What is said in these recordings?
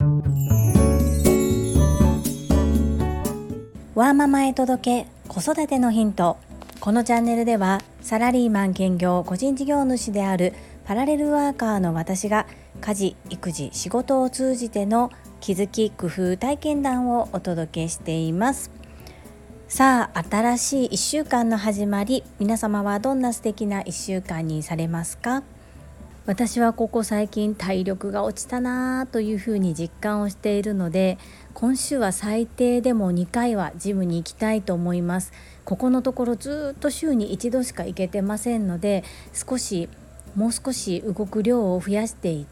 ワーママへ届け子育てのヒント。このチャンネルではサラリーマン兼業個人事業主であるパラレルワーカーの私が家事・育児・仕事を通じての気づき・工夫・体験談をお届けしています。さあ、新しい1週間の始まり、皆様はどんな素敵な1週間にされますか？私はここ最近体力が落ちたなというふうに実感をしているので、今週は最低でも2回はジムに行きたいと思います。ここのところずっと週に1度しか行けてませんので、もう少し動く量を増やしていって、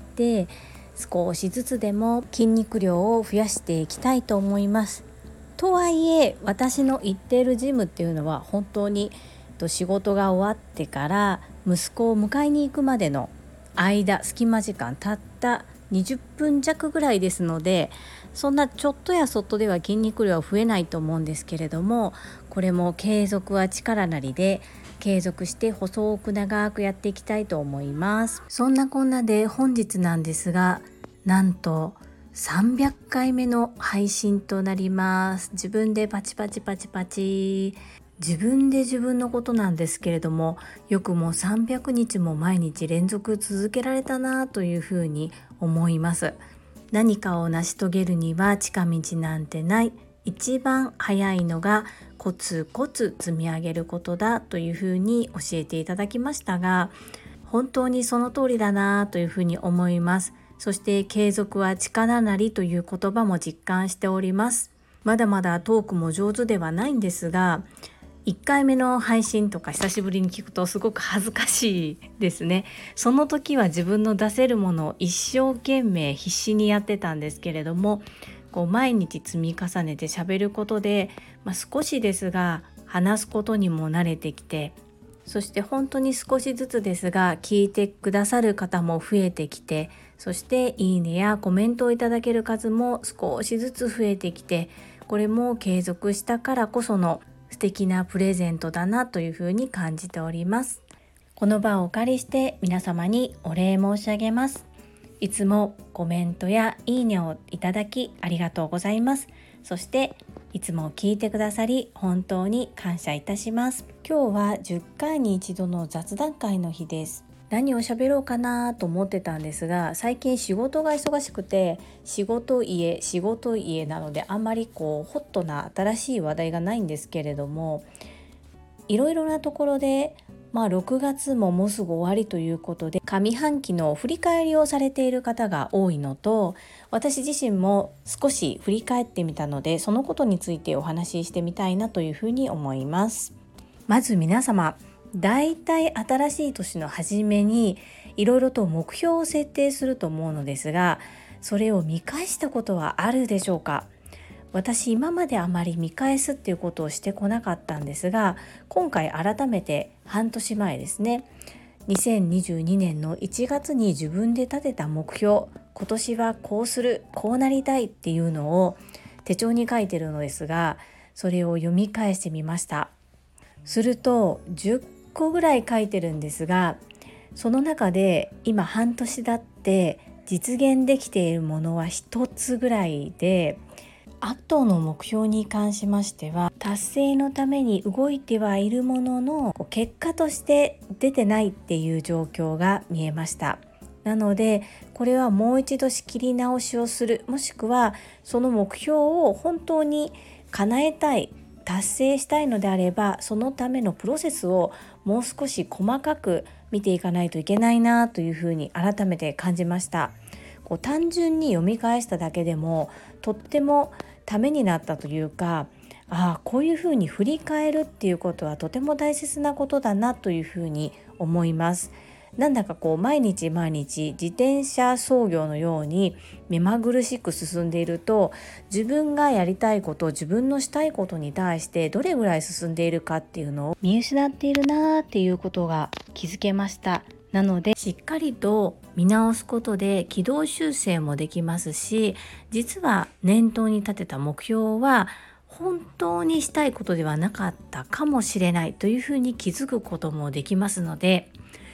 少しずつでも筋肉量を増やしていきたいと思います。とはいえ、私の行っているジムっていうのは本当に仕事が終わってから息子を迎えに行くまでの隙間時間たった20分弱ぐらいですので、そんなちょっとやそっとでは筋肉量は増えないと思うんですけれども、これも継続は力なりで、継続して細く長くやっていきたいと思います。そんなこんなで本日なんですが、なんと300回目の配信となります。自分でパチパチ自分で自分のことなんですけれども、よくも300日も毎日連続続けられたなというふうに思います。何かを成し遂げるには近道なんてない。一番早いのがコツコツ積み上げることだというふうに教えていただきましたが、本当にその通りだなというふうに思います。そして継続は力なりという言葉も実感しております。まだまだトークも上手ではないんですが、1回目の配信とか久しぶりに聞くとすごく恥ずかしいですね。その時は自分の出せるものを一生懸命必死にやってたんですけれども、毎日積み重ねて喋ることで、少しですが話すことにも慣れてきて、そして本当に少しずつですが聞いてくださる方も増えてきて、そしていいねやコメントをいただける数も少しずつ増えてきて、これも継続したからこその素敵なプレゼントだなというふうに感じております。この場をお借りして皆様にお礼申し上げます。いつもコメントやいいねをいただきありがとうございます。そしていつも聞いてくださり本当に感謝いたします。今日は10回に一度の雑談会の日です。何を喋ろうかなと思ってたんですが、最近仕事が忙しくて仕事家なので、あんまりホットな新しい話題がないんですけれども、いろいろなところで6月ももうすぐ終わりということで、上半期の振り返りをされている方が多いのと、私自身も少し振り返ってみたので、そのことについてお話ししてみたいなというふうに思います。まず皆様、だいたい新しい年の初めにいろいろと目標を設定すると思うのですが、それを見返したことはあるでしょうか？私今まであまり見返すっていうことをしてこなかったんですが、今回改めて半年前ですね、2022年の1月に自分で立てた目標、今年はこうする、こうなりたいっていうのを手帳に書いてるのですが、それを読み返してみました。すると10個ぐらい書いてるんですが、その中で今半年だって実現できているものは1つぐらいで、あとの目標に関しましては達成のために動いてはいるものの、結果として出てないっていう状況が見えました。なのでこれはもう一度仕切り直しをする、もしくはその目標を本当に叶えたい、達成したいのであれば、そのためのプロセスをもう少し細かく見ていかないといけないなというふうに改めて感じました。単純に読み返しただけでもとってもためになったというか、こういうふうに振り返るっていうことはとても大切なことだなというふうに思います。なんだか毎日自転車操業のように目まぐるしく進んでいると、自分がやりたいこと、自分のしたいことに対してどれぐらい進んでいるかっていうのを見失っているなっていうことが気づけました。なのでしっかりと見直すことで軌道修正もできますし、実は念頭に立てた目標は本当にしたいことではなかったかもしれないというふうに気づくこともできますので、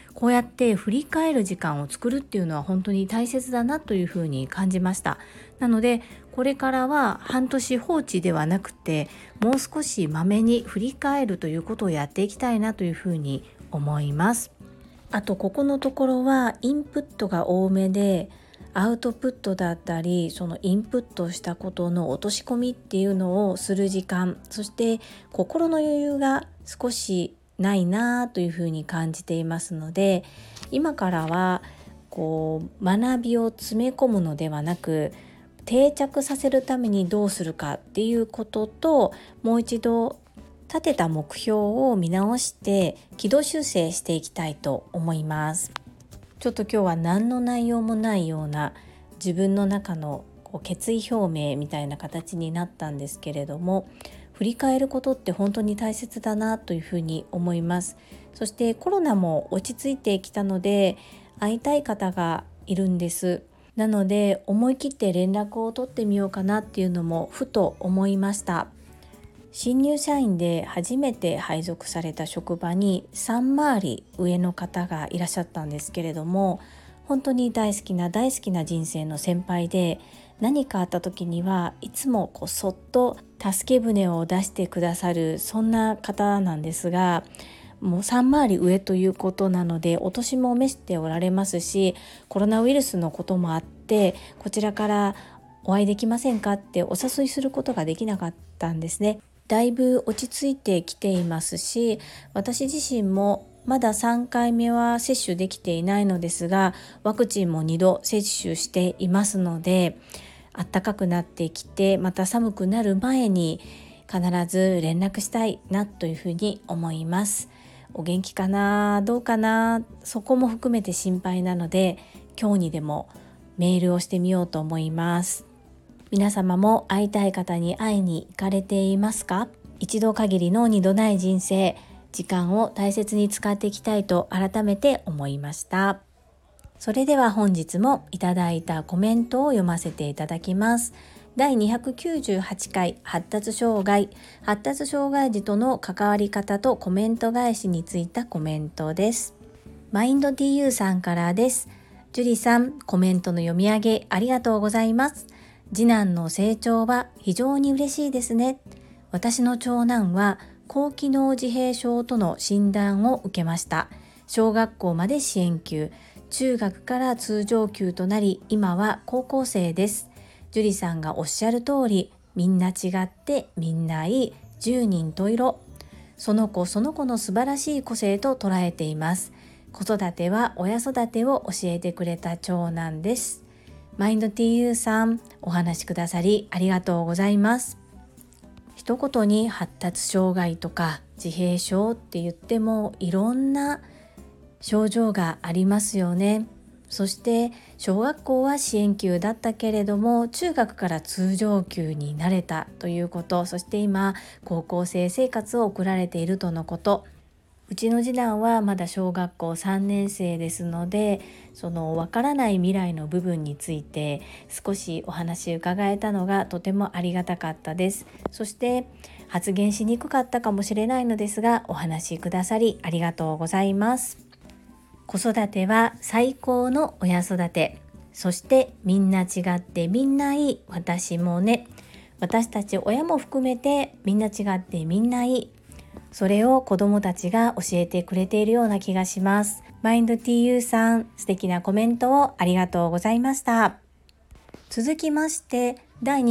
こうやって振り返る時間を作るっていうのは本当に大切だなというふうに感じました。なのでこれからは半年放置ではなくて、もう少しまめに振り返るということをやっていきたいなというふうに思います。あとここのところはインプットが多めで、アウトプットだったり、そのインプットしたことの落とし込みっていうのをする時間、そして心の余裕が少しないなというふうに感じていますので、今からは学びを詰め込むのではなく、定着させるためにどうするかっていうことと、もう一度立てた目標を見直して軌道修正していきたいと思います。ちょっと今日は何の内容もないような自分の中の決意表明みたいな形になったんですけれども、振り返ることって本当に大切だなというふうに思います。そしてコロナも落ち着いてきたので、会いたい方がいるんです。なので思い切って連絡を取ってみようかなっていうのもふと思いました。新入社員で初めて配属された職場に3回り上の方がいらっしゃったんですけれども、本当に大好きな人生の先輩で、何かあった時にはいつもそっと助け舟を出してくださる、そんな方なんですが、もう3回り上ということなのでお年も召しておられますし、コロナウイルスのこともあってこちらからお会いできませんかってお誘いすることができなかったんですね。だいぶ落ち着いてきていますし、私自身もまだ3回目は接種できていないのですが、ワクチンも2度接種していますので、暖かくなってきてまた寒くなる前に必ず連絡したいなというふうに思います。お元気かな、どうかな、そこも含めて心配なので、今日にでもメールをしてみようと思います。皆様も会いたい方に会いに行かれていますか？一度限りの二度ない人生、時間を大切に使っていきたいと改めて思いました。それでは本日もいただいたコメントを読ませていただきます。第298回発達障害児との関わり方とコメント返しについたコメントです。マインド DU さんからです。ジュリさん、コメントの読み上げありがとうございます。次男の成長は非常に嬉しいですね。私の長男は高機能自閉症との診断を受けました。小学校まで支援級、中学から通常級となり、今は高校生です。ジュリさんがおっしゃる通り、みんな違ってみんないい、十人十色。その子その子の素晴らしい個性と捉えています。子育ては親育てを教えてくれた長男です。マインド TU さん、お話しくださりありがとうございます。一言に発達障害とか自閉症って言ってもいろんな症状がありますよね。そして小学校は支援級だったけれども、中学から通常級になれたということ、そして今高校生生活を送られているとのこと。うちの次男はまだ小学校3年生ですので、そのわからない未来の部分について少しお話伺えたのがとてもありがたかったです。そして発言しにくかったかもしれないのですが、お話くださりありがとうございます。子育ては最高の親育て。そしてみんな違ってみんないい、私もね。私たち親も含めてみんな違ってみんないい。それを子どもたちが教えてくれているような気がします。マインド TU さん、素敵なコメントをありがとうございました。続きまして第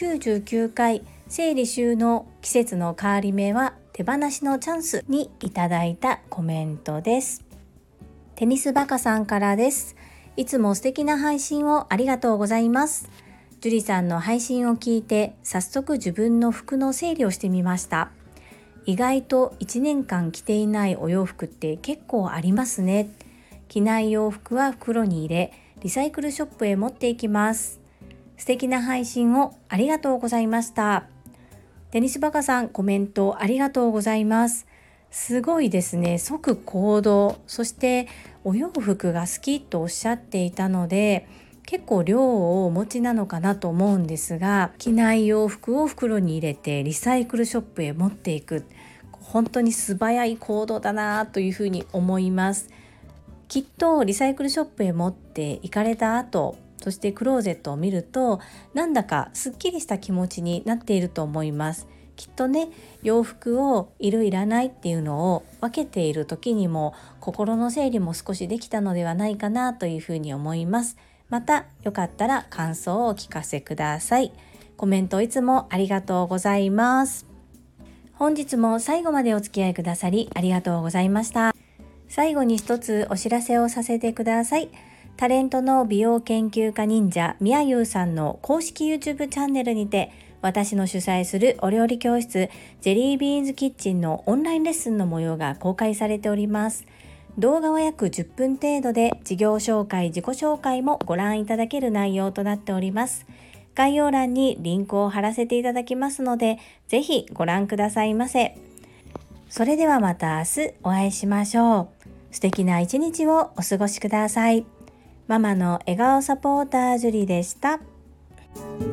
299回整理収納季節の変わり目は手放しのチャンスにいただいたコメントです。テニスバカさんからです。いつも素敵な配信をありがとうございます。ジュリさんの配信を聞いて早速自分の服の整理をしてみました。意外と1年間着ていないお洋服って結構ありますね。着ない洋服は袋に入れ、リサイクルショップへ持っていきます。素敵な配信をありがとうございました。テニスバカさん、コメントありがとうございます。すごいですね。即行動、そしてお洋服が好きとおっしゃっていたので、結構量をお持ちなのかなと思うんですが、着ない洋服を袋に入れてリサイクルショップへ持っていく、本当に素早い行動だなというふうに思います。 きっとリサイクルショップへ持って行かれた後、そしてクローゼットを見るとなんだかすっきりした気持ちになっていると思います。きっとね、洋服をいるいらないっていうのを分けている時にも心の整理も少しできたのではないかなというふうに思います。またよかったら感想をお聞かせください。コメントいつもありがとうございます。本日も最後までお付き合いくださりありがとうございました。最後に一つお知らせをさせてください。タレントの美容研究家忍者みやゆうさんの公式 YouTube チャンネルにて、私の主催するお料理教室ジェリービーンズキッチンのオンラインレッスンの模様が公開されております。動画は約10分程度で、事業紹介、自己紹介もご覧いただける内容となっております。概要欄にリンクを貼らせていただきますので、ぜひご覧くださいませ。それではまた明日お会いしましょう。素敵な一日をお過ごしください。ママの笑顔サポータージュリでした。